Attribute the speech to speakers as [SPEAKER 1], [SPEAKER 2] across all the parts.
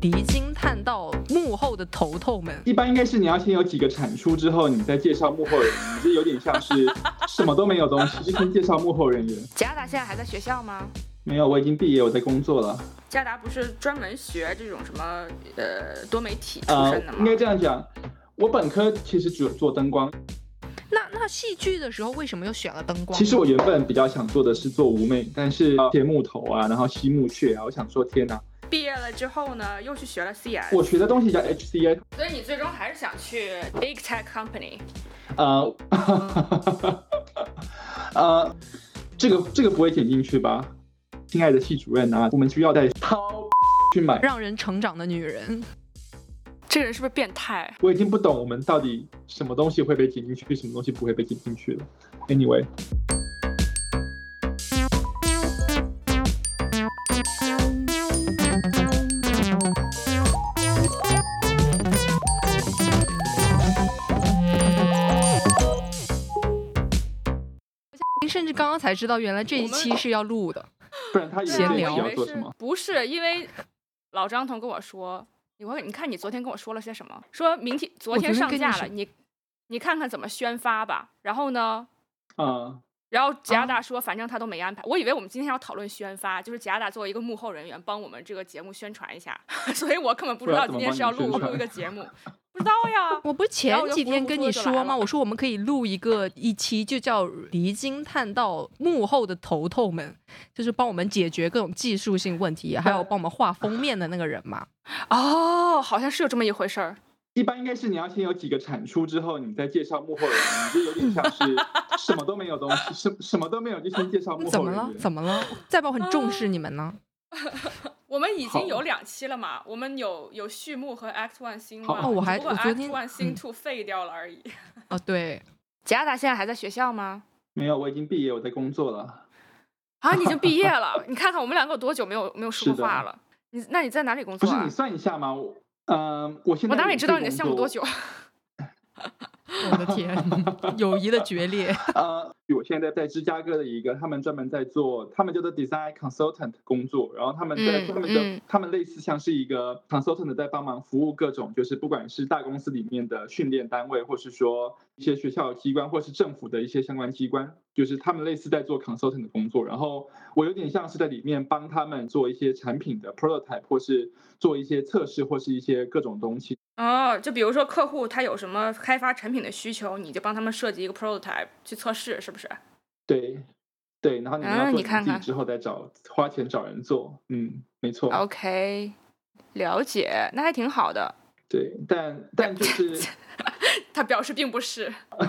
[SPEAKER 1] 离经叛道幕后的头头们？
[SPEAKER 2] 一般应该是你要先有几个产出之后，你再介绍幕后人员，这有点像是什么都没有东西，就先介绍幕后人员。
[SPEAKER 3] 贾达现在还在学校吗？
[SPEAKER 2] 没有，我已经毕业，我在工作了。
[SPEAKER 3] 贾达不是专门学这种什么多媒体出身的吗？
[SPEAKER 2] 应该这样讲，我本科其实只有做灯光。
[SPEAKER 1] 那戏剧的时候为什么又选了灯光？
[SPEAKER 2] 其实我原本比较想做的是做舞美，但是切木头啊，然后吸木屑啊，我想说天哪。
[SPEAKER 3] 毕业了之后呢，又去学了 CS。
[SPEAKER 2] 我学的东西叫 HCA，
[SPEAKER 3] 所以你最终还是想去 Big Tech Company。
[SPEAKER 2] 这个不会剪进去吧？亲爱的系主任啊，我们需要再掏去买
[SPEAKER 1] 让人成长的女人。
[SPEAKER 3] 这个人是不是变态？
[SPEAKER 2] 我已经不懂我们到底什么东西会被剪进去，什么东西不会被剪进去了。Anyway。
[SPEAKER 1] 甚至刚刚才知道，原来这一期是要录的，
[SPEAKER 2] 不然他
[SPEAKER 1] 闲聊
[SPEAKER 2] 要做什么？
[SPEAKER 3] 不是，因为老张同跟我说，你看你昨天跟我说了些什么？说昨天上架了，你看看怎么宣发吧。然后呢，然后贾达说，反正他都没安排。我以为我们今天要讨论宣发，就是贾达作为一个幕后人员，帮我们这个节目宣传一下，所以我根本不知道今天是要录一个节目。不知道呀，
[SPEAKER 1] 我不是前几天跟你说吗？我说我们可以录一期，就叫离经叛道幕后的头头们，就是帮我们解决各种技术性问题，还有帮我们画封面的那个人嘛。
[SPEAKER 3] 哦，好像是有这么一回事儿。
[SPEAKER 2] 一般应该是你要先有几个产出之后，你再介绍幕后人员，这有点像是什么都没有东西，什么都没有就先介绍幕后人员。
[SPEAKER 1] 怎么了？再不我很重视你们呢。
[SPEAKER 3] 我们已经有2期了嘛，我们有序幕和 Act 1 Scene 1。
[SPEAKER 1] 我
[SPEAKER 3] 昨天 Act 1 Scene 2废掉了而已。
[SPEAKER 1] 对。
[SPEAKER 3] 贾达现在还在学校吗？
[SPEAKER 2] 没有，我已经毕业，我在工作了。
[SPEAKER 3] 啊，你已经毕业了？你看看我们2个有多久没有说过话了？那你在哪里工作啊？
[SPEAKER 2] 不是，你算一下吗？我现在
[SPEAKER 3] 我哪里知道你的项目多久？
[SPEAKER 1] 我的天，友谊的决裂。
[SPEAKER 2] 我现在在芝加哥的一个，他们专门在做，他们叫做 design consultant 工作，然后他们类似像是一个 consultant 在帮忙服务各种，就是不管是大公司里面的训练单位，或是说一些学校机关，或是政府的一些相关机关，就是他们类似在做 consultant 的工作，然后我有点像是在里面帮他们做一些产品的 prototype， 或是做一些测试，或是一些各种东西。
[SPEAKER 3] 就比如说客户他有什么开发产品的需求，你就帮他们设计一个 prototype 去测试，是不是？
[SPEAKER 2] 对，然后你要做
[SPEAKER 3] 你看看
[SPEAKER 2] 之后再花钱找人做，没错。
[SPEAKER 3] OK， 了解，那还挺好的。
[SPEAKER 2] 对，但就是
[SPEAKER 3] 他表示并不是。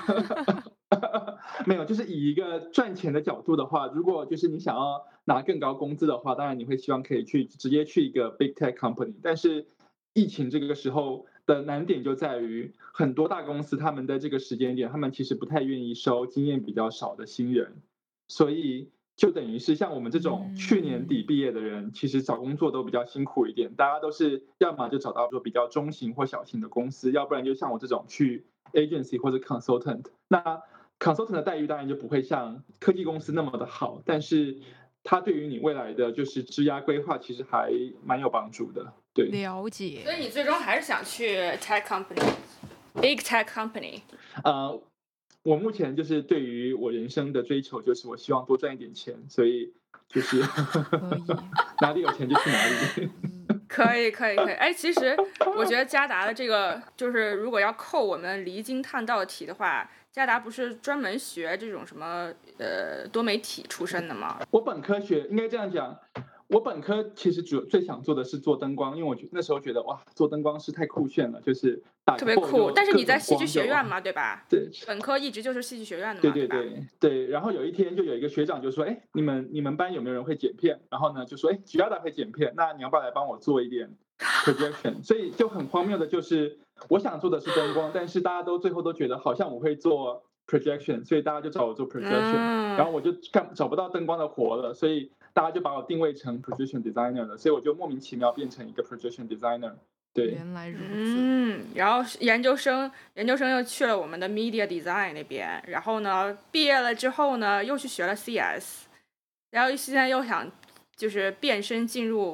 [SPEAKER 2] 没有，就是以一个赚钱的角度的话，如果就是你想要拿更高工资的话，当然你会希望可以直接去一个 big tech company， 但是疫情这个时候的难点就在于很多大公司他们在这个时间点，他们其实不太愿意收经验比较少的新人，所以就等于是像我们这种去年底毕业的人，其实找工作都比较辛苦一点，大家都是要么就找到说比较中型或小型的公司，要不然就像我这种去 agency 或者 consultant。那 consultant 的待遇当然就不会像科技公司那么的好，但是它对于你未来的就是职涯规划其实还蛮有帮助的。对，
[SPEAKER 1] 了解。
[SPEAKER 3] 所以你最终还是想去 tech company Big Tech Company。
[SPEAKER 2] 我目前就是对于我人生的追求就是我希望多赚一点钱，所以就是哪里有钱就去哪里。
[SPEAKER 3] 可以。哎，其实我觉得嘉达的这个就是如果要扣我们离经叛道的题的话，嘉达不是专门学这种什么多媒体出身的吗？
[SPEAKER 2] 我本科应该这样讲，我本科其实最想做的是做灯光，因为我那时候觉得哇，做灯光是太酷炫了，就是
[SPEAKER 3] 特别酷。但是你在戏剧学院嘛，对吧？
[SPEAKER 2] 对，
[SPEAKER 3] 本科一直就是戏剧学院的嘛。
[SPEAKER 2] 对。然后有一天就有一个学长就说，哎，你们班有没有人会剪片？然后呢就说，哎，Giada会剪片，那你要不要来帮我做一点 projection？ 所以就很荒谬的就是，我想做的是灯光，但是大家最后都觉得好像我会做 projection， 所以大家就找我做 projection，然后我就找不到灯光的活了，所以大家就把我定位成 projection designer 了，所以我就莫名其妙变成一个 projection designer。对，
[SPEAKER 1] 原来如此。
[SPEAKER 3] 然后研究生又去了我们的 media design 那边，然后呢，毕业了之后呢，又去学了 CS， 然后现在又想就是变身进入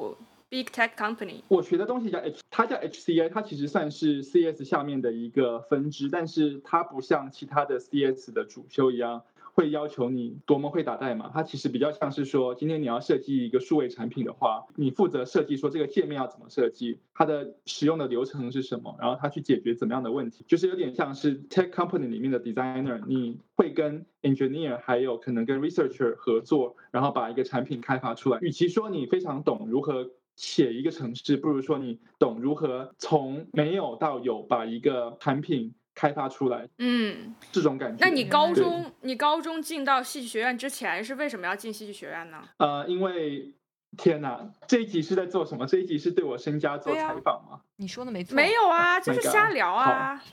[SPEAKER 3] Big Tech Company。
[SPEAKER 2] 我学的东西它叫 HCI， 它其实算是 CS 下面的一个分支，但是它不像其他的 CS 的主修一样会要求你多么会打代码，它其实比较像是说，今天你要设计一个数位产品的话，你负责设计说这个界面要怎么设计，它的使用的流程是什么，然后它去解决怎么样的问题，就是有点像是 tech company 里面的 designer， 你会跟 engineer 还有可能跟 researcher 合作，然后把一个产品开发出来。与其说你非常懂如何写一个程式，不如说你懂如何从没有到有把一个产品开发出来，这种感觉。
[SPEAKER 3] 那你高中进到戏剧学院之前是为什么要进戏剧学院呢？
[SPEAKER 2] 因为天哪，这一集是在做什么？这一集是对我身家做采访吗？
[SPEAKER 1] 你说的没错。
[SPEAKER 3] 没有啊，就是瞎聊啊。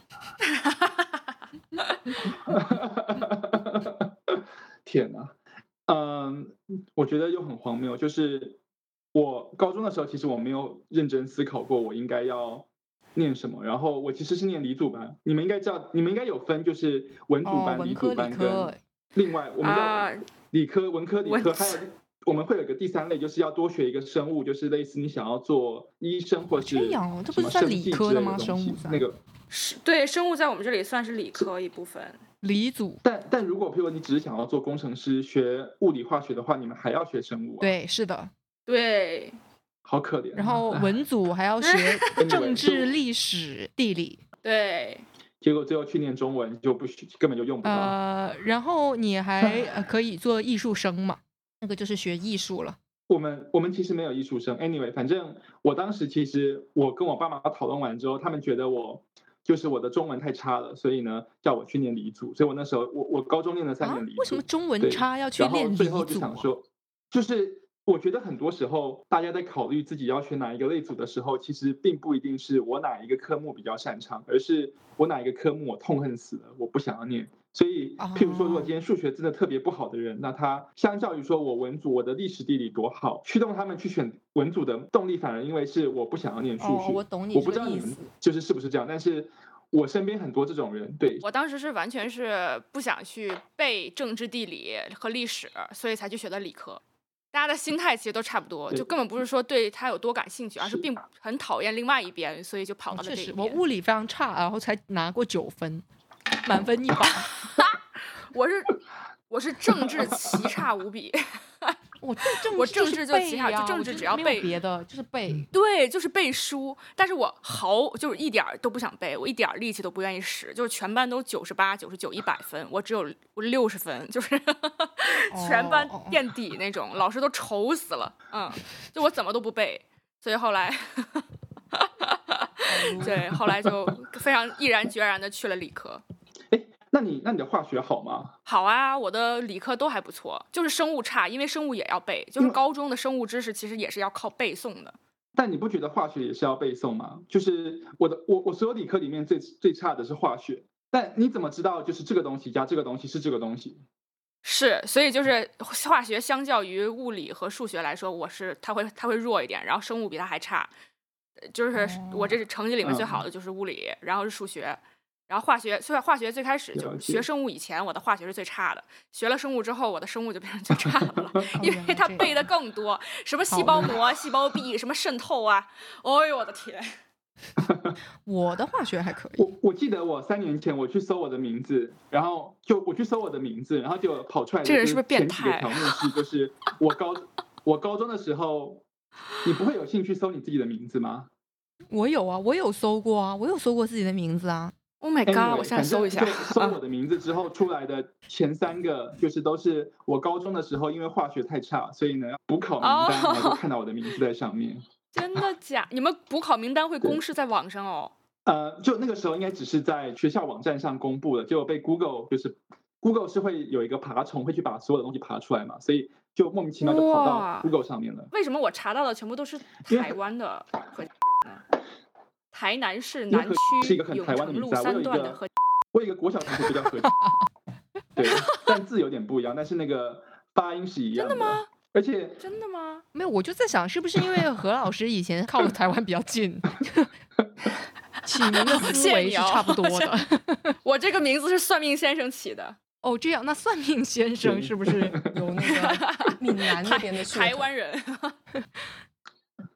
[SPEAKER 2] 天哪，我觉得又很荒谬，就是我高中的时候，其实我没有认真思考过我应该要念什么，然后我其实是念理组班，你们应该知道，你们应该有分，就是文组班、理组班跟另外我们叫理科、文科、理科，还有我们会有一个第三类，就是要多学一个生物，就是类似你想要做医生或是
[SPEAKER 1] 这不是算理科的吗？生物
[SPEAKER 2] 那个
[SPEAKER 3] 对，生物在我们这里算是理科一部分。
[SPEAKER 1] 理组，
[SPEAKER 2] 但如果譬如你只是想要做工程师，学物理化学的话，你们还要学生物啊？
[SPEAKER 1] 对，是的，
[SPEAKER 3] 对，
[SPEAKER 2] 好可怜。
[SPEAKER 1] 然后文组还要学政治、历史、地理。
[SPEAKER 3] 对。
[SPEAKER 2] 结果最后去念中文就根本就用不到。
[SPEAKER 1] 然后你还可以做艺术生嘛？那个就是学艺术了。
[SPEAKER 2] 我们其实没有艺术生。Anyway， 反正我当时其实我跟我爸妈讨论完之后，他们觉得我的中文太差了，所以呢叫我去念理组。所以我那时候我高中念了3年理组。
[SPEAKER 1] 为什么中文差要去念理组？
[SPEAKER 2] 然后最后就想说，就是我觉得很多时候大家在考虑自己要选哪一个类组的时候，其实并不一定是我哪一个科目比较擅长，而是我哪一个科目我痛恨死了，我不想要念。所以譬如说如果今天数学真的特别不好的人，那他相较于说我文组我的历史地理多好，驱动他们去选文组的动力反而因为是我不想要念数学。
[SPEAKER 1] 我懂你
[SPEAKER 2] 我不知道你们是不是这样，但是我身边很多这种人。对，
[SPEAKER 3] 我当时是完全是不想去背政治地理和历史，所以才去学的理科。大家的心态其实都差不多，就根本不是说对他有多感兴趣，而是并很讨厌另外一边，所以就跑到了这一边。
[SPEAKER 1] 确实，我物理非常差，然后才拿过9分，满分100。
[SPEAKER 3] 我是政治奇差无比。我政治就奇差，就政治只要背，
[SPEAKER 1] 别的就是背。
[SPEAKER 3] 对，就是背书。但是我就是一点都不想背，我一点力气都不愿意使。就是全班都98、99、100分，我只有60分，就是全班垫底那种，老师都愁死了。就我怎么都不背，所以后来，对，后来就非常毅然决然的去了理科。
[SPEAKER 2] 那你的化学好吗？
[SPEAKER 3] 好啊，我的理科都还不错，就是生物差，因为生物也要背，就是高中的生物知识其实也是要靠背诵的。
[SPEAKER 2] 但你不觉得化学也是要背诵吗？就是我所有理科里面最差的是化学，但你怎么知道就是这个东西加这个东西是这个东西？
[SPEAKER 3] 是，所以就是化学相较于物理和数学来说，它会弱一点，然后生物比它还差，就是我这成绩里面最好的就是物理，然后是数学。然后化学最开始就学生物以前，我的化学是最差的。学了生物之后，我的生物就变成最差的了，因为它背的更多，什么细胞膜、细胞壁，什么渗透啊，哎呦我的天！
[SPEAKER 1] 我的化学还可以。
[SPEAKER 2] 我记得我3年前我去搜我的名字，然后就跑出来的
[SPEAKER 3] 这人是不是变态？
[SPEAKER 2] 前几个条目是就是我高中的时候，你不会有兴趣搜你自己的名字吗？
[SPEAKER 1] 我有啊，我有搜过啊，我有搜过自己的名字啊。
[SPEAKER 3] Oh my god！ 我现在搜一下，
[SPEAKER 2] 搜我的名字之后出来的前3个，就是都是我高中的时候，因为化学太差，所以呢补考名单，然后就看到我的名字在上面。
[SPEAKER 3] 真的假？你们补考名单会公示在网上哦？
[SPEAKER 2] 就那个时候应该只是在学校网站上公布了，结果被 Google 是会有一个爬虫，会去把所有的东西爬出来嘛，所所以就莫名其妙就跑到 Google 上面了。
[SPEAKER 3] 为什么我查到的全部都是台湾的和台南市南区永城路3段的和？
[SPEAKER 2] 我有一个国小同学就叫何，对，但字有点不一样，但是那个发音是一样的。
[SPEAKER 3] 真的吗？
[SPEAKER 2] 而且
[SPEAKER 3] 真的吗？
[SPEAKER 1] 没有，我就在想，是不是因为何老师以前靠台湾比较近，起名的思维是差不多的。
[SPEAKER 3] 我这个名字是算命先生起的。
[SPEAKER 1] 哦，这样，那算命先生是不是有那个闽南那边的
[SPEAKER 3] 台湾人？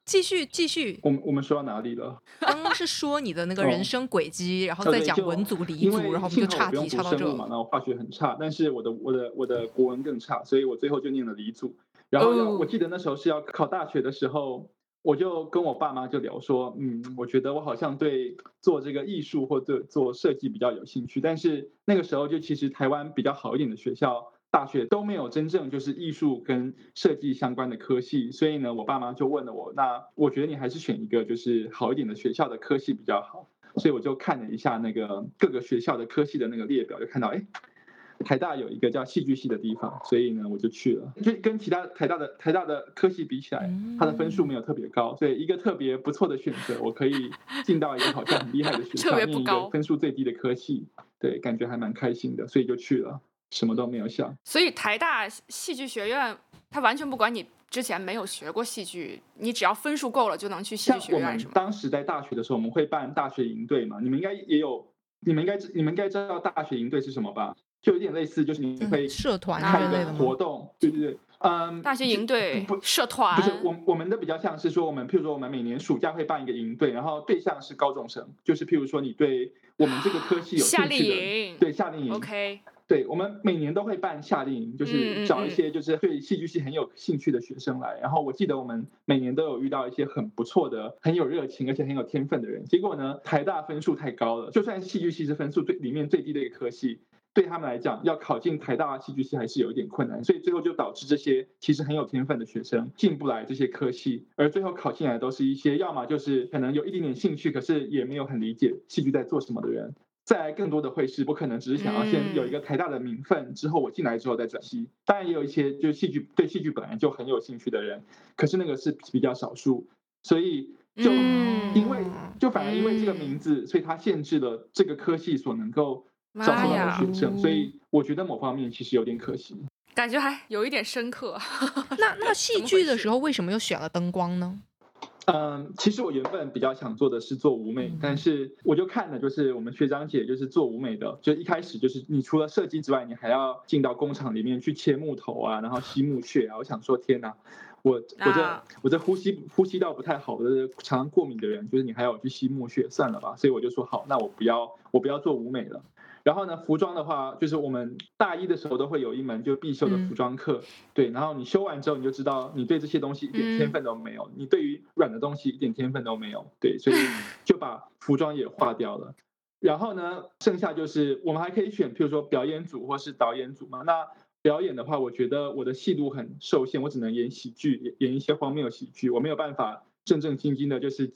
[SPEAKER 1] 继续。
[SPEAKER 2] 我们说到哪里了？
[SPEAKER 1] 刚刚是说你的那个人生轨迹，然后再讲文组理组，然后我们就岔题岔到这。
[SPEAKER 2] 嘛，那我化学很差，但是我的国文更差，所以我最后就念了理组。然后我记得那时候是要考大学的时候，我就跟我爸妈就聊说，我觉得我好像对做这个艺术或者做设计比较有兴趣，但是那个时候就其实台湾比较好一点的学校大学都没有真正就是艺术跟设计相关的科系，所以呢我爸妈就问了我，那我觉得你还是选一个就是好一点的学校的科系比较好，所以我就看了一下那个各个学校的科系的那个列表，就看到台大有一个叫戏剧系的地方，所以呢我就去了，就跟其他台大的科系比起来，它的分数没有特别高，所以一个特别不错的选择，我可以进到一个好像很厉害的学校，念一个分数最低的科系，对，感觉还蛮开心的，所以就去了，什么都没有想。
[SPEAKER 3] 所以台大戏剧学院它完全不管你之前没有学过戏剧，你只要分数够了就能去戏剧学院，是吗？
[SPEAKER 2] 当时在大学的时候，我们会办大学营队嘛，你们应该也有，你们应该知道大学营队是什么吧？就有点类似，就是你会
[SPEAKER 1] 社团
[SPEAKER 2] 开一个活动，对对对，
[SPEAKER 3] 大学营队社团
[SPEAKER 2] 不是我们的比较像是说，譬如说我们每年暑假会办一个营队，然后对象是高中生，就是譬如说你对我们这个科系有兴趣的，
[SPEAKER 3] 夏令营，
[SPEAKER 2] 对夏令营
[SPEAKER 3] ，OK。
[SPEAKER 2] 对，我们每年都会办夏令营，就是找一些就是对戏剧系很有兴趣的学生来。然后我记得我们每年都有遇到一些很不错的、很有热情而且很有天分的人。结果呢，台大分数太高了，就算戏剧系是分数里面最低的一个科系，对他们来讲，要考进台大戏剧系还是有一点困难。所以最后就导致这些其实很有天分的学生进不来这些科系，而最后考进来都是一些要么就是可能有一点点兴趣，可是也没有很理解戏剧在做什么的人。再来更多的会是，我可能只是想要先有一个台大的名分，之后我进来之后再转系。当然也有一些就是对戏剧本来就很有兴趣的人，可是那个是比较少数，所以就反而因为这个名字，所以它限制了这个科系所能够招收到的学生，所以我觉得某方面其实有点可惜，
[SPEAKER 3] 感觉还有一点深刻。
[SPEAKER 1] 那戏剧的时候为什么又选了灯光呢？
[SPEAKER 2] 其实我原本比较想做的是做舞美，但是我就看了，就是我们学长姐就是做舞美的，就一开始就是你除了设计之外，你还要进到工厂里面去切木头啊，然后吸木屑啊。我想说，天哪，我这呼吸道不太好的，常常过敏的人，就是你还要我去吸木屑，算了吧。所以我就说好，那我不要做舞美了。然后呢，服装的话，就是我们大一的时候都会有一门就必修的服装课，对，然后你修完之后，你就知道你对这些东西一点天分都没有，你对于软的东西一点天分都没有，对，所以就把服装也划掉了。然后呢，剩下就是我们还可以选，譬如说表演组或是导演组嘛。那表演的话，我觉得我的戏路很受限，我只能演喜剧，演一些荒谬喜剧，我没有办法正正经经的，就是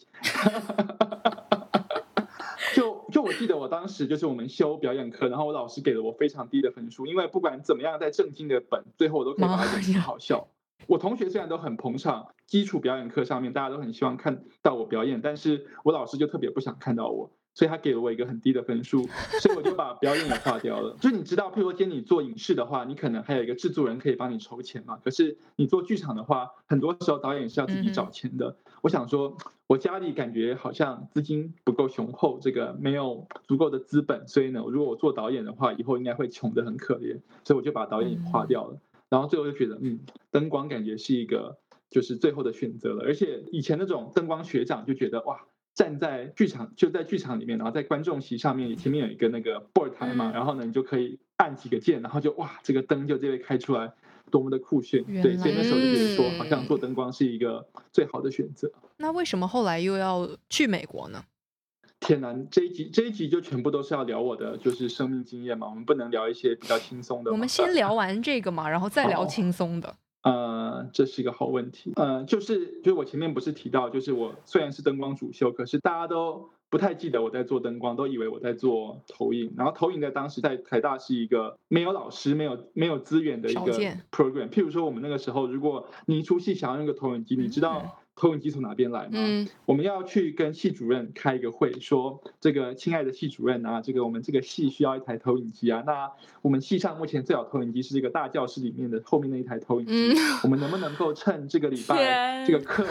[SPEAKER 2] 就我记得我当时就是我们修表演课，然后我老师给了我非常低的分数，因为不管怎么样，在正经的本，最后我都可以把它演得好笑。我同学虽然都很捧场，基础表演课上面大家都很希望看到我表演，但是我老师就特别不想看到我，所以他给了我一个很低的分数，所以我就把表演也划掉了。就你知道，譬如说今天你做影视的话，你可能还有一个制作人可以帮你筹钱嘛，可是你做剧场的话，很多时候导演是要自己找钱的。我想说，我家里感觉好像资金不够雄厚，这个没有足够的资本，所以呢，如果我做导演的话，以后应该会穷得很可怜，所以我就把导演也划掉了。然后最后就觉得，灯光感觉是一个就是最后的选择了。而且以前那种灯光学长就觉得，哇，站在剧场就在剧场里面，然后在观众席上面前面有一个那个 board 台嘛，然后呢你就可以按几个键，然后就哇，这个灯就这边开出来，多么的酷炫。对，所以那时候就觉得说，好像做灯光是一个最好的选择。
[SPEAKER 1] 那为什么后来又要去美国呢？
[SPEAKER 2] 天哪，这一集就全部都是要聊我的就是生命经验嘛，我们不能聊一些比较轻松的。
[SPEAKER 1] 我们先聊完这个嘛，然后再聊轻松的。
[SPEAKER 2] 这是一个好问题。就是我前面不是提到，就是我虽然是灯光主修，可是大家都不太记得我在做灯光，都以为我在做投影。然后投影在当时在台大是一个没有老师、没有资源的一个 program。譬如说我们那个时候，如果你一出戏想要用个投影机，你知道投影机从哪边来吗？我们要去跟系主任开一个会，说这个亲爱的系主任啊，这个我们这个系需要一台投影机啊。那我们系上目前最好投影机是这个大教室里面的后面那一台投影机。我们能不能够趁这个礼拜这个课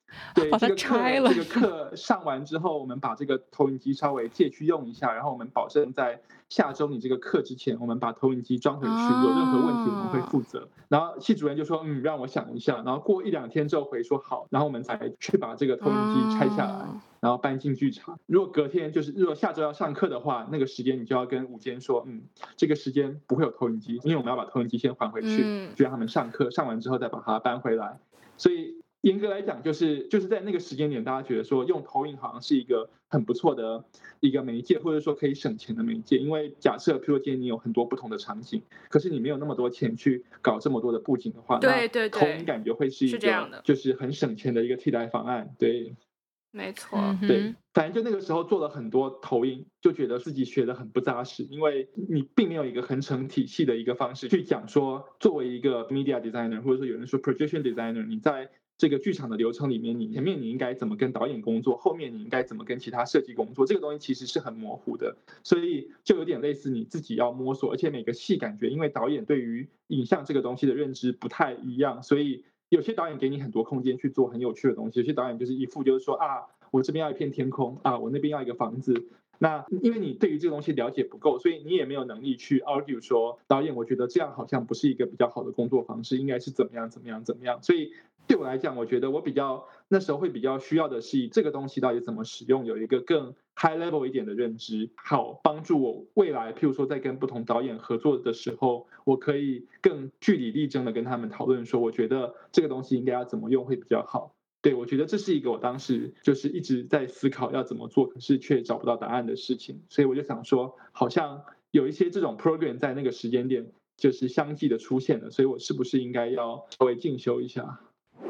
[SPEAKER 2] 对，
[SPEAKER 1] 把它拆了。
[SPEAKER 2] 这个课上完之后，我们把这个投影机稍微借去用一下，然后我们保证在下周你这个课之前，我们把投影机装回去，有任何问题我们会负责。然后系主任就说让我想一下，然后过1-2天之后回说好，然后我们才去把这个投影机拆下来，然后搬进剧场。如果隔天如果下周要上课的话，那个时间你就要跟午间说这个时间不会有投影机，因为我们要把投影机先还回去，就让他们上课，上完之后再把它搬回来。所以严格来讲，就是在那个时间点，大家觉得说用投影好像是一个很不错的一个媒介，或者说可以省钱的媒介。因为假设，譬如今天你有很多不同的场景，可是你没有那么多钱去搞这么多的布景的话，
[SPEAKER 3] 对，
[SPEAKER 2] 那投影感觉会是一个就是很省钱的一个替代方案。对，
[SPEAKER 3] 没错，
[SPEAKER 2] 对，反正就那个时候做了很多投影，就觉得自己学得很不扎实，因为你并没有一个很成体系的一个方式去讲说，作为一个 media designer， 或者说有人说 projection designer， 你在这个剧场的流程里面，你前面你应该怎么跟导演工作，后面你应该怎么跟其他设计工作，这个东西其实是很模糊的，所以就有点类似你自己要摸索，而且每个戏感觉因为导演对于影像这个东西的认知不太一样，所以有些导演给你很多空间去做很有趣的东西，有些导演就是一副就是说我这边要一片天空我那边要一个房子。那因为你对于这个东西了解不够，所以你也没有能力去 argue 说导演我觉得这样好像不是一个比较好的工作方式，应该是怎么样。所以对我来讲，我觉得我那时候会比较需要的是这个东西到底怎么使用，有一个更 high level 一点的认知，好帮助我未来譬如说在跟不同导演合作的时候，我可以更据理力争的跟他们讨论说，我觉得这个东西应该要怎么用会比较好。对，我觉得这是一个我当时就是一直在思考要怎么做，可是却找不到答案的事情，所以我就想说，好像有一些这种 program 在那个时间点就是相继的出现了，所以我是不是应该要稍微进修一下？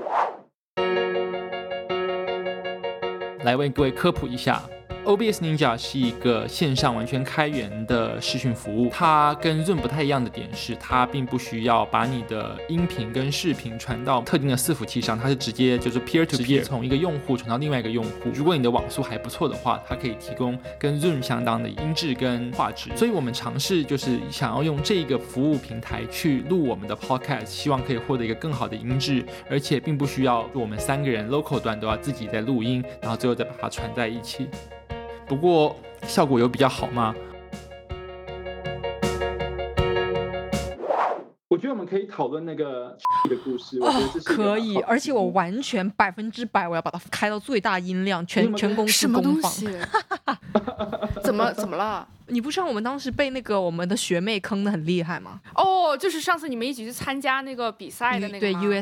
[SPEAKER 4] 来为各位科普一下。OBS Ninja 是一个线上完全开源的视讯服务，它跟 Zoom 不太一样的点是，它并不需要把你的音频跟视频传到特定的伺服器上，它是直接就是 peer to peer 从一个用户传到另外一个用户。如果你的网速还不错的话，它可以提供跟 Zoom 相当的音质跟画质。所以我们尝试就是想要用这个服务平台去录我们的 podcast， 希望可以获得一个更好的音质，而且并不需要我们3个人 local 端都要自己在录音，然后最后再把它传在一起。不过效果有比较好吗？
[SPEAKER 2] 我觉得我们可以讨论那个的故事，我觉得这是
[SPEAKER 1] 可以，而且我完全100%我要把它开到最大音量，全公司公放。
[SPEAKER 3] 怎么了？
[SPEAKER 1] 你不知道我们当时被我们的学妹坑得很厉害吗？
[SPEAKER 3] 就是上次你们一起去参加那个比赛的那个吗？
[SPEAKER 1] 对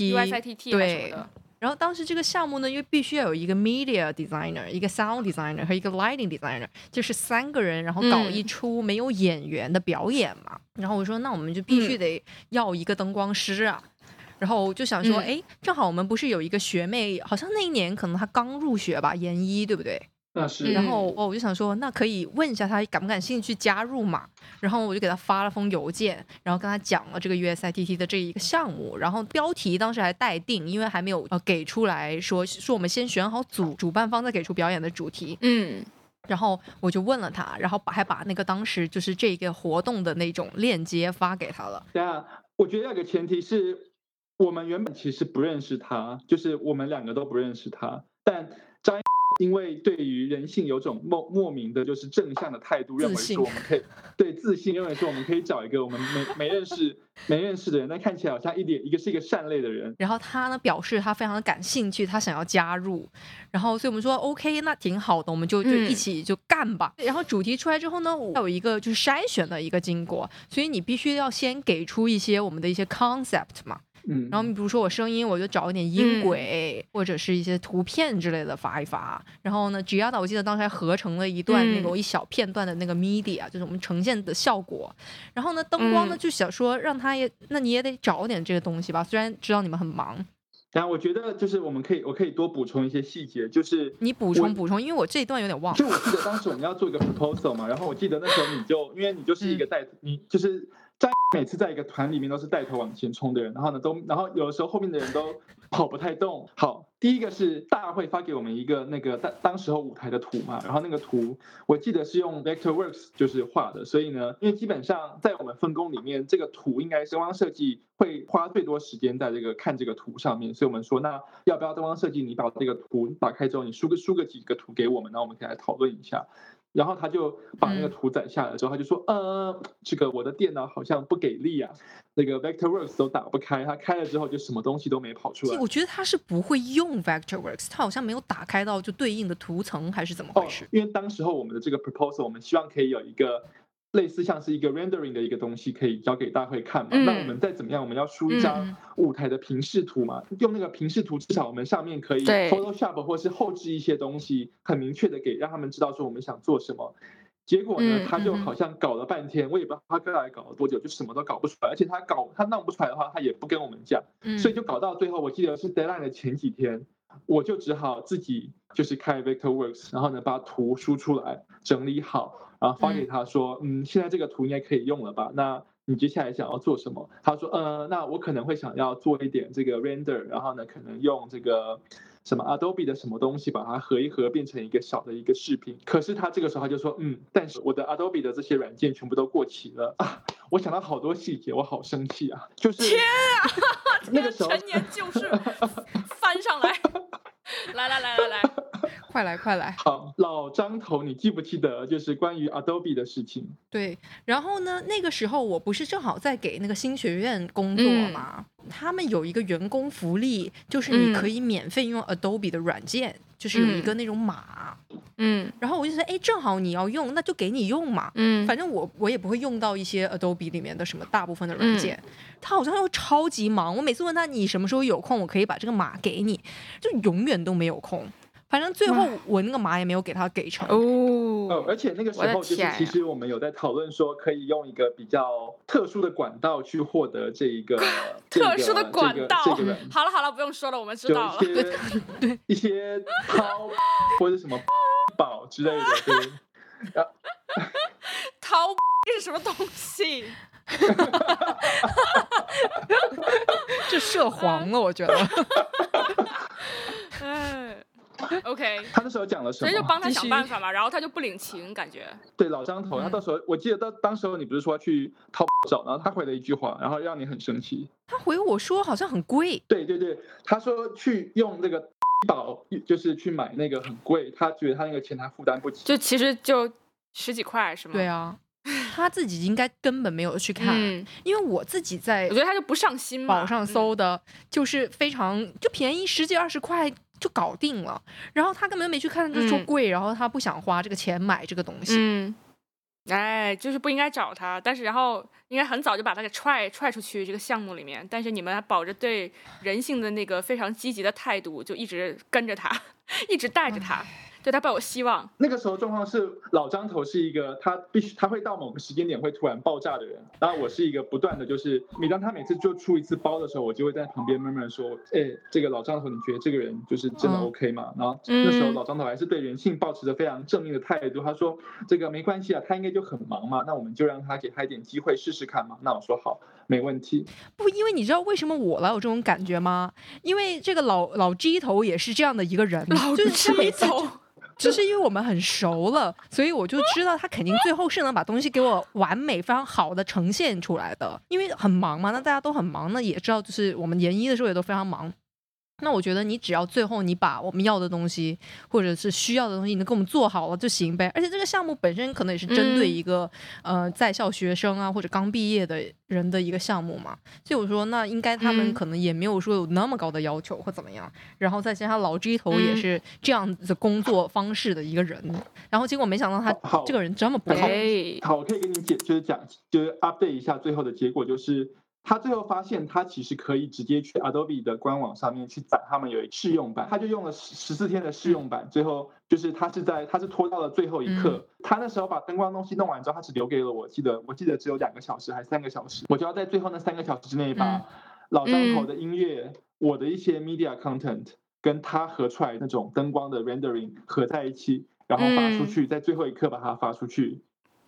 [SPEAKER 1] USITT
[SPEAKER 3] 对。
[SPEAKER 1] 然后当时这个项目呢，因为必须要有一个 media designer， 一个 sound designer 和一个 lighting designer， 就是3个人，然后搞一出没有演员的表演嘛。然后我说，那我们就必须得要一个灯光师啊。然后就想说，正好我们不是有一个学妹，好像那一年可能她刚入学吧，研一，对不对？然后我就想说，那可以问一下他感不感兴趣加入嘛？然后我就给他发了封邮件，然后跟他讲了这个 USITT 的这一个项目，然后标题当时还待定，因为还没有给出来说我们先选好主办方再给出表演的主题。然后我就问了他，然后还把那个当时就是这个活动的那种链接发给他了。
[SPEAKER 2] 对啊，我觉得有个前提是我们原本其实不认识他，就是我们2个都不认识他，但张因为对于人性有种莫名的就是正向的态度，认为说我们可以自信，认为说我们可以找一个我们没认识的人，但看起来好像一个是一个善类的人。
[SPEAKER 1] 然后他呢表示他非常的感兴趣，他想要加入，然后所以我们说 OK， 那挺好的，我们就一起就干吧。然后主题出来之后呢，有一个就是筛选的一个经过，所以你必须要先给出一些我们的一些 concept 嘛。然后你比如说我声音，我就找一点音轨，或者是一些图片之类的发一发。然后呢 Giada 我记得当时还合成了一段那个一小片段的那个 media，就是我们呈现的效果。然后呢灯光呢就想说让他那你也得找点这个东西吧，虽然知道你们很忙。
[SPEAKER 2] 然后我觉得就是我可以多补充一些细节，就是
[SPEAKER 1] 你补充，因为我这一段有点忘了。
[SPEAKER 2] 就我记得当时我们要做一个 proposal 嘛，然后我记得那时候因为你就是一个你就是每次在一个团里面都是带头往前冲的人，然后有的时候后面的人都跑不太动。好，第一个是大会发给我们一个那个当时候舞台的图嘛，然后那个图我记得是用 Vectorworks 就是画的，所以呢，因为基本上在我们分工里面，这个图应该是灯光设计会花最多时间在看这个图上面，所以我们说那要不要灯光设计你把这个图打开之后，你输个几个图给我们，然后我们可以来讨论一下。然后他就把那个图载下来之后，他就说，这个我的电脑好像不给力啊，那个 Vectorworks 都打不开，他开了之后就什么东西都没跑出来。
[SPEAKER 1] 我觉得他是不会用 Vectorworks， 他好像没有打开到就对应的图层，还是怎么回事？
[SPEAKER 2] 因为当时候我们的这个 proposal， 我们希望可以有一个类似像是一个 rendering 的一个东西可以交给大会看嘛，那我们再怎么样，我们要输一张舞台的平视图嘛，用那个平视图至少我们上面可以 Photoshop 或是后置一些东西，很明确的让他们知道说我们想做什么。结果呢，他就好像搞了半天，我也不知道他大概搞了多久，就什么都搞不出来，而且他弄不出来的话，他也不跟我们讲，所以就搞到最后，我记得是 deadline 的前几天，我就只好自己就是开 Vectorworks， 然后呢把图输出来，整理好，然后发给他说，现在这个图应该可以用了吧？那你接下来想要做什么？他说，那我可能会想要做一点这个 render， 然后呢可能用这个什么 Adobe 的什么东西把它合一合，变成一个小的一个视频。可是他这个时候他就说，但是我的 Adobe 的这些软件全部都过期了啊！我想到好多细节，我好生气啊！就是
[SPEAKER 3] 天啊，
[SPEAKER 2] 那个时候
[SPEAKER 3] 陈年旧事翻上来，来，
[SPEAKER 1] 快来！
[SPEAKER 2] 好，老张头，你记不记得就是关于 Adobe 的事情？
[SPEAKER 1] 对，然后呢，那个时候我不是正好在给那个新学院工作嘛，他们有一个员工福利，就是你可以免费用 Adobe 的软件，就是有一个那种码。然后我就说，正好你要用，那就给你用嘛。反正我也不会用到一些 Adobe 里面的什么大部分的软件。他好像又超级忙，我每次问他你什么时候有空，我可以把这个码给你，就永远都没有空。反正最后我那个码也没有给他给成
[SPEAKER 2] 而且那个时候就是其实我们有在讨论说可以用一个比较特殊的管道去获得这一个
[SPEAKER 3] 特殊的管道。好了，不用说了，我们知道了。
[SPEAKER 2] 对，一些淘或者什么宝之类的，对。
[SPEAKER 3] 淘是什么东西？
[SPEAKER 1] 这涉黄了，我觉得。
[SPEAKER 3] OK，
[SPEAKER 2] 他那时候讲了什么？
[SPEAKER 3] 所以就帮他想办法嘛，然后他就不领情，感觉。
[SPEAKER 2] 对，老张头，他到时候我记得当时候你不是说去淘宝找，然后他回了一句话，然后让你很生气。
[SPEAKER 1] 他回我说好像很贵。
[SPEAKER 2] 对，他说去用这个宝，就是去买那个很贵，他觉得他那个钱他负担不起。
[SPEAKER 3] 就其实就10几块是吗？
[SPEAKER 1] 对啊。他自己应该根本没有去看，因为我自己在，
[SPEAKER 3] 我觉得他就不上心嘛。
[SPEAKER 1] 网上搜的，就是非常就便宜10几20块就搞定了，然后他根本没去看，就说贵，然后他不想花这个钱买这个东西。
[SPEAKER 3] 就是不应该找他，但是然后应该很早就把他给踹出去这个项目里面，但是你们还保着对人性的那个非常积极的态度，就一直跟着他，一直带着他。对他抱有希望。
[SPEAKER 2] 那个时候状况是老张头是一个他会到某个时间点会突然爆炸的人，然后我是一个不断的就是每当他每次就出一次包的时候，我就会在旁边慢慢说，这个老张头你觉得这个人就是真的 OK 吗？然后那时候老张头还是对人性抱持着非常正面的态度，他说这个没关系啊，他应该就很忙嘛，那我们就让他给他一点机会试试看嘛。那我说好，没问题。
[SPEAKER 1] 不，因为你知道为什么我老有这种感觉吗？因为这个老 G 头也是这样的一个人，
[SPEAKER 3] 老 G 头。
[SPEAKER 1] 只是因为我们很熟了，所以我就知道他肯定最后是能把东西给我完美非常好的呈现出来的。因为很忙嘛，那大家都很忙，那也知道就是我们研一的时候也都非常忙。那我觉得你只要最后你把我们要的东西或者是需要的东西你能给我们做好了就行呗。而且这个项目本身可能也是针对一个在校学生啊或者刚毕业的人的一个项目嘛，所以我说那应该他们可能也没有说有那么高的要求或怎么样。然后再加上老 G 头也是这样子工作方式的一个人，然后结果没想到他这个人这么不好。
[SPEAKER 2] 好，我可以跟你就是update 一下最后的结果，就是他最后发现他其实可以直接去 Adobe 的官网上面去载他们有一试用版，他就用了14天的试用版，最后就是他是拖到了最后一刻。他那时候把灯光东西弄完之后，他只留给了我记得只有2个小时还是3个小时，我就要在最后那3个小时之内把老张头的音乐、我的一些 media content 跟他合出来那种灯光的 rendering 合在一起，然后发出去，在最后一刻把它发出去。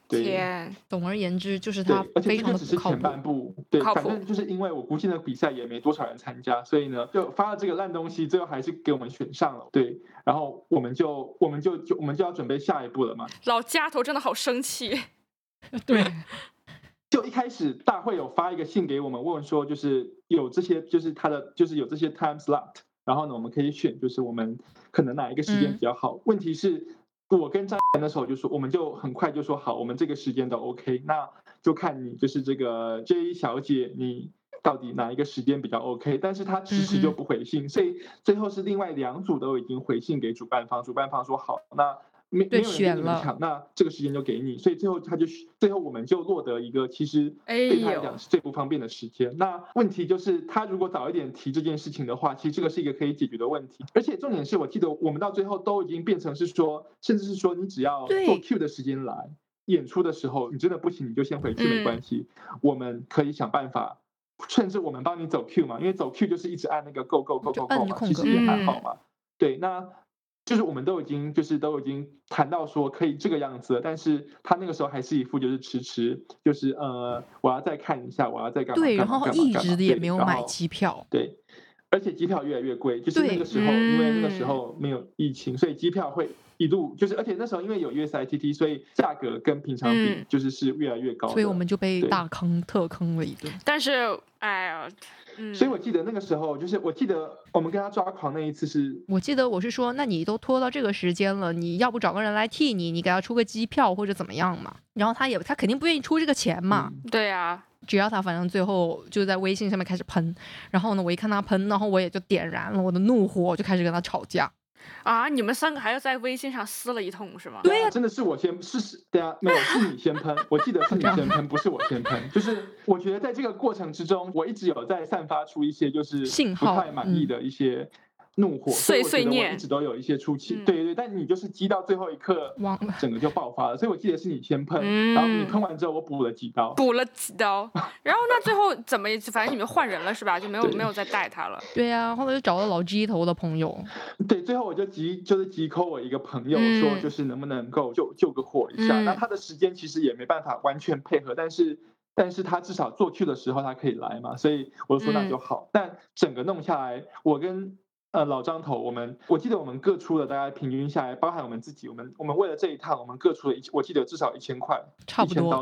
[SPEAKER 3] 天，
[SPEAKER 1] 总而言之就是他非常的不靠谱。
[SPEAKER 2] 而且这只是前半部，对，反正就是因为我估计那个比赛也没多少人参加，所以呢就发了这个烂东西，最后还是给我们选上了，对，然后我们就要准备下一步了嘛。
[SPEAKER 3] 老家头真的好生气。
[SPEAKER 1] 对。
[SPEAKER 2] 就一开始大会有发一个信给我们，问说就是有这些，就是他的就是有这些 time slot， 然后呢我们可以选，就是我们可能哪一个时间比较好。问题是我跟张岩的时候就说，我们就很快就说好，我们这个时间都 OK， 那就看你就是这个 J 小姐你到底哪一个时间比较 OK， 但是他迟迟就不回信，所以最后是另外2组都已经回信给主办方，主办方说好，那没有人跟你们抢，那这个时间就给你，所以最后我们就落得一个其实对他来讲是最不方便的时间。那问题就是他如果早一点提这件事情的话，其实这个是一个可以解决的问题。而且重点是我记得我们到最后都已经变成是说，甚至是说你只要做 Q 的时间来演出的时候，你真的不行你就先回去没关系，我们可以想办法，甚至我们帮你走 Q 嘛，因为走 Q 就是一直按那个 go 嘛，其实也还好嘛。对，那就是我们都已经谈到说可以这个样子了，但是他那个时候还是一副就是迟，就是我要再看一下，我要再干嘛。
[SPEAKER 1] 对，然后一直也没有买机票。
[SPEAKER 2] 对，而且机票越来越贵，就是那个时候因为那个时候没有疫情，所以机票会一度就是，而且那时候因为有 USITT， 所以价格跟平常比就是越来越高，
[SPEAKER 1] 所以我们就被大坑特坑了一顿。
[SPEAKER 3] 但是哎呀。
[SPEAKER 2] 所以我记得那个时候，就是我记得我们跟他抓狂那一次是，
[SPEAKER 1] 我记得我是说，那你都拖到这个时间了，你要不找个人来替你，你给他出个机票或者怎么样嘛？然后他肯定不愿意出这个钱嘛。
[SPEAKER 3] 对啊，
[SPEAKER 1] 只要他反正最后就在微信上面开始喷，然后呢，我一看他喷，然后我也就点燃了我的怒火，就开始跟他吵架。
[SPEAKER 3] 啊！你们3个还要在微信上撕了一通是吗？
[SPEAKER 1] 对呀，
[SPEAKER 2] 真的是我先对啊，没有是你先喷，我记得是你先喷，不是我先喷。就是我觉得在这个过程之中，我一直有在散发出一些就是不太满意的一些怒火，
[SPEAKER 3] 碎念，
[SPEAKER 2] 我一直都有一些出气。对，但你就是积到最后一刻，整个就爆发了。所以我记得是你先喷，然后你喷完之后，我补了几刀，
[SPEAKER 3] 然后那最后怎么，反正你们换人了是吧？就没有再带他了。
[SPEAKER 1] 对呀，后来就找了老鸡头的朋友。
[SPEAKER 2] 对，最后我就急 call 我一个朋友说，就是能不能够救个火一下。那他的时间其实也没办法完全配合，但是他至少做去的时候他可以来嘛，所以我就说那就好。但整个弄下来，我跟老张头，我记得我们各出了大概平均下来，包含我们自己，我们为了这一趟，我们各出了我记得至少1000块，
[SPEAKER 1] 差不多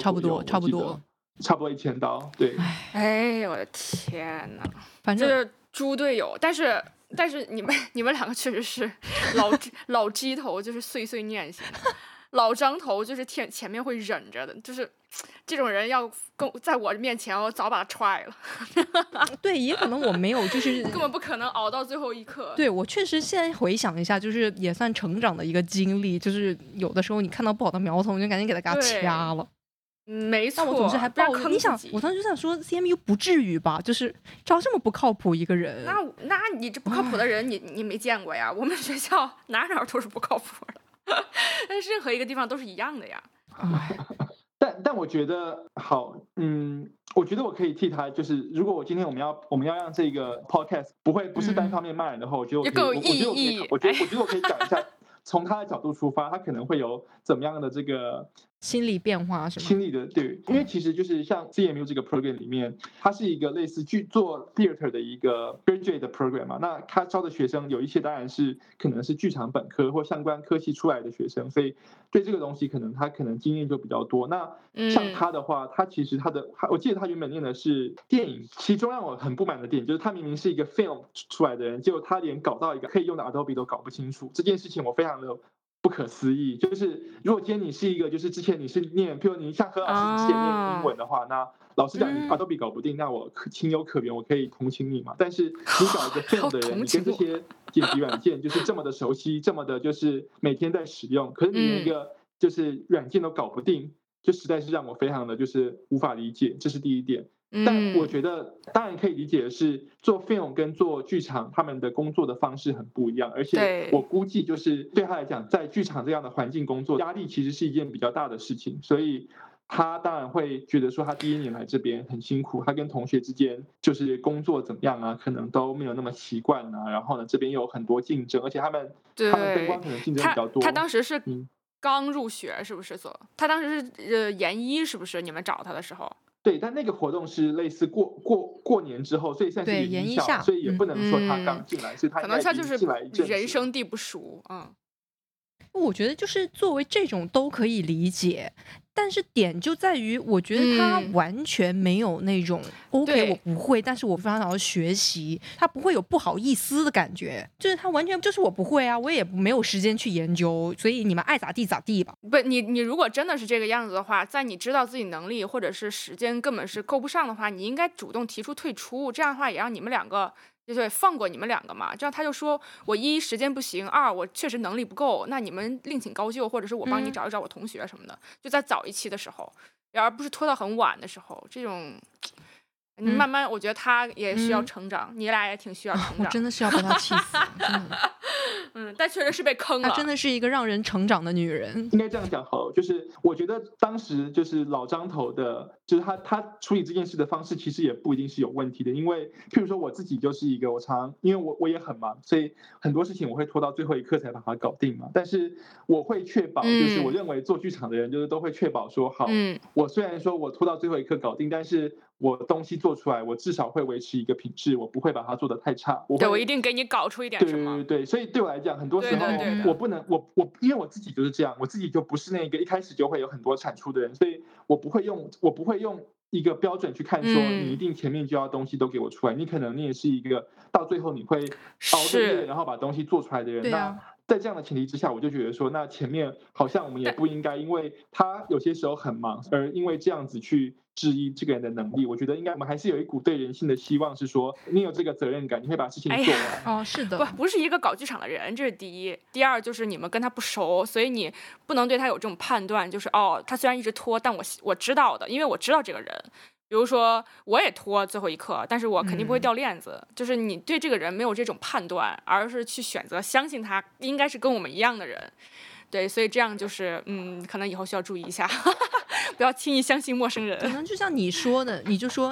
[SPEAKER 2] 1000刀，对。
[SPEAKER 3] 哎，我的天哪！
[SPEAKER 1] 反正
[SPEAKER 3] 这是猪队友，但是你们2个确实是老鸡头，就是碎念型的。老张头就是前面会忍着的，就是这种人要在我面前，我早把他踹了。
[SPEAKER 1] 对，也可能我没有，就是
[SPEAKER 3] 根本不可能熬到最后一刻。
[SPEAKER 1] 对，我确实现在回想一下，就是也算成长的一个经历，就是有的时候你看到不好的苗头，你就赶紧给他掐了。
[SPEAKER 3] 没错，
[SPEAKER 1] 但我总是还抱着，你想，我当时就想说 CMU 不至于吧，就是招这么不靠谱一个人。
[SPEAKER 3] 那你这不靠谱的人，你没见过呀？我们学校哪都是不靠谱的。但是任何一个地方都是一样的呀。
[SPEAKER 2] 但我觉得好，我觉得我可以替他，就是如果今天我们要让这个 podcast 不是单方面骂人的话，我觉得我可以讲一下，从他的角度出发，他可能会有怎么样的这个
[SPEAKER 1] 心理变化是吗？
[SPEAKER 2] 心理的对，因为其实就是像 CMU 这个 program 里面，它是一个类似做 theater 的一个 graduate 的 program 嘛。那他招的学生有一些当然是可能是剧场本科或相关科系出来的学生，所以对这个东西他可能经验就比较多。那像他的话，他其实我记得他原本念的是电影，其中让我很不满的点就是他明明是一个 film 出来的人，结果他连搞到一个可以用的 Adobe 都搞不清楚，这件事情我非常的不可思议。就是如果今天你是一个，就是之前你是念，譬如你像何老师之前念英文的话，那老师讲你 Adobe 搞不定，那我情有可原，我可以同情你嘛。但是你找一个 film 的人，你跟这些剪辑软件就是这么的熟悉，这么的就是每天在使用，可是你连一个就是软件都搞不定，就实在是让我非常的就是无法理解，这是第一点。但我觉得当然可以理解的是，做 film 跟做剧场他们的工作的方式很不一样，而且我估计就是对他来讲，在剧场这样的环境工作，压力其实是一件比较大的事情，所以他当然会觉得说他第一年来这边很辛苦，他跟同学之间就是工作怎么样啊，可能都没有那么习惯啊，然后呢这边有很多竞争，而且他们灯光可能竞争比较多。
[SPEAKER 3] 他当时是刚入学是不是？他当时是研一是不是？你们找他的时候？
[SPEAKER 2] 对，但那个活动是类似过年之后，所以算是研一下，所以也不能说他刚进来，所以他
[SPEAKER 3] 可能他就是
[SPEAKER 2] 进来一阵子，
[SPEAKER 3] 人生地不熟。
[SPEAKER 1] 我觉得就是作为这种都可以理解，但是点就在于我觉得他完全没有那种OK 我不会，但是我非常想要学习，他不会有不好意思的感觉，就是他完全就是我不会啊，我也没有时间去研究，所以你们爱咋地咋地吧。
[SPEAKER 3] 不，你如果真的是这个样子的话，在你知道自己能力或者是时间根本是够不上的话，你应该主动提出退出，这样的话也让你们两个就是放过你们两个嘛，这样他就说我一时间不行，二我确实能力不够，那你们另请高就，或者是我帮你找一找我同学什么的，就在早一期的时候，而不是拖到很晚的时候，这种慢慢我觉得他也需要成长，你俩也挺需要成长，
[SPEAKER 1] 我真的是要把他气死
[SPEAKER 3] 但确实是被坑了，
[SPEAKER 1] 她真的是一个让人成长的女人。
[SPEAKER 2] 应该这样讲好了，就是我觉得当时就是老张头的，就是他处理这件事的方式其实也不一定是有问题的，因为譬如说我自己就是一个因为我也很忙，所以很多事情我会拖到最后一刻才把它搞定嘛，但是我会确保，就是我认为做剧场的人就是都会确保说好，我虽然说我拖到最后一刻搞定，但是我东西做出来，我至少会维持一个品质，我不会把它做得太差。
[SPEAKER 3] 我一定给你搞出一点什么。
[SPEAKER 2] 对，所以对我来讲，很多时候我不能，我因为我自己就是这样，我自己就不是那个一开始就会有很多产出的人，所以我不会用一个标准去看说你一定前面就要东西都给我出来，你可能你也是一个到最后你会熬着夜然后把东西做出来的人。那在这样的前提之下，我就觉得说，那前面好像我们也不应该因为他有些时候很忙，而因为这样子去质疑这个人的能力。我觉得应该我们还是有一股对人性的希望，是说你有这个责任感，你会把事情做完。
[SPEAKER 1] 是的，
[SPEAKER 3] 不是一个搞剧场的人，这是第一。第二就是你们跟他不熟，所以你不能对他有这种判断，就是他虽然一直拖，但我知道的，因为我知道这个人。比如说我也拖最后一刻，但是我肯定不会掉链子，就是你对这个人没有这种判断，而是去选择相信他应该是跟我们一样的人。对，所以这样就是可能以后需要注意一下不要轻易相信陌生人。
[SPEAKER 1] 可能就像你说的，你说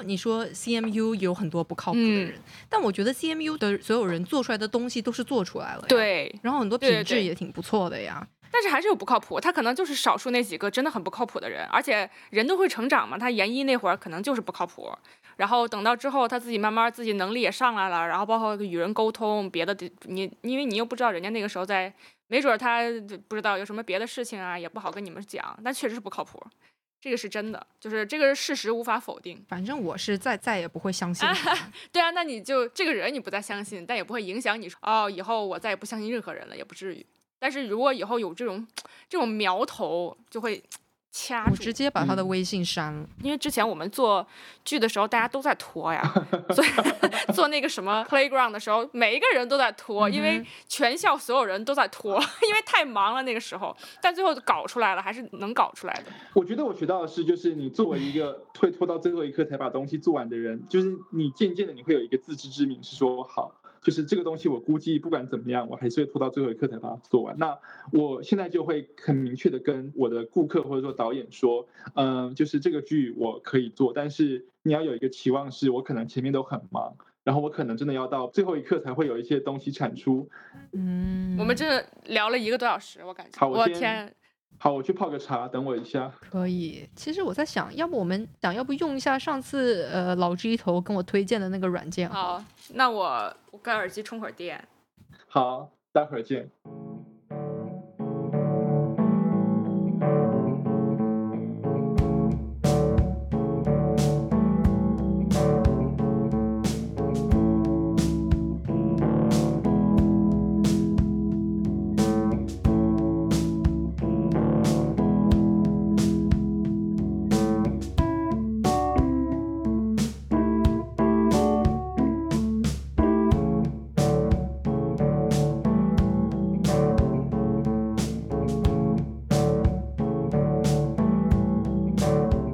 [SPEAKER 1] CMU 有很多不靠谱的人，但我觉得 CMU 的所有人做出来的东西都是做出来了，
[SPEAKER 3] 对，
[SPEAKER 1] 然后很多品质也挺不错的呀。
[SPEAKER 3] 但是还是有不靠谱，他可能就是少数那几个真的很不靠谱的人，而且人都会成长嘛，他研一那会儿可能就是不靠谱，然后等到之后他自己慢慢自己能力也上来了，然后包括与人沟通别的，因为你又不知道人家那个时候没准他不知道有什么别的事情啊，也不好跟你们讲，但确实是不靠谱，这个是真的，就是这个事实无法否定。
[SPEAKER 1] 反正我是再也不会相信
[SPEAKER 3] 对啊，那你就这个人你不再相信，但也不会影响你说以后我再也不相信任何人了，也不至于。但是如果以后有这种苗头，就会掐住，
[SPEAKER 1] 我直接把他的微信删了。
[SPEAKER 3] 因为之前我们做剧的时候，大家都在拖呀，所以做那个什么 playground 的时候，每一个人都在拖，因为全校所有人都在拖，因为太忙了那个时候。但最后搞出来了，还是能搞出来的。
[SPEAKER 2] 我觉得我学到的是，就是你作为一个会拖到最后一刻才把东西做完的人，就是你渐渐的你会有一个自知之明，是说好。就是这个东西，我估计不管怎么样，我还是会拖到最后一刻才把它做完。那我现在就会很明确的跟我的顾客或者说导演说，就是这个剧我可以做，但是你要有一个期望，是我可能前面都很忙，然后我可能真的要到最后一刻才会有一些东西产出。
[SPEAKER 3] 我们真的聊了1个多小时，我感觉。
[SPEAKER 2] 好，
[SPEAKER 3] 我天。
[SPEAKER 2] 好，我去泡个茶，等我一下。
[SPEAKER 1] 可以。其实我在想，要不用一下上次老G头跟我推荐的那个软件。
[SPEAKER 3] 好，那我跟耳机充会儿电。
[SPEAKER 2] 好，待会儿见。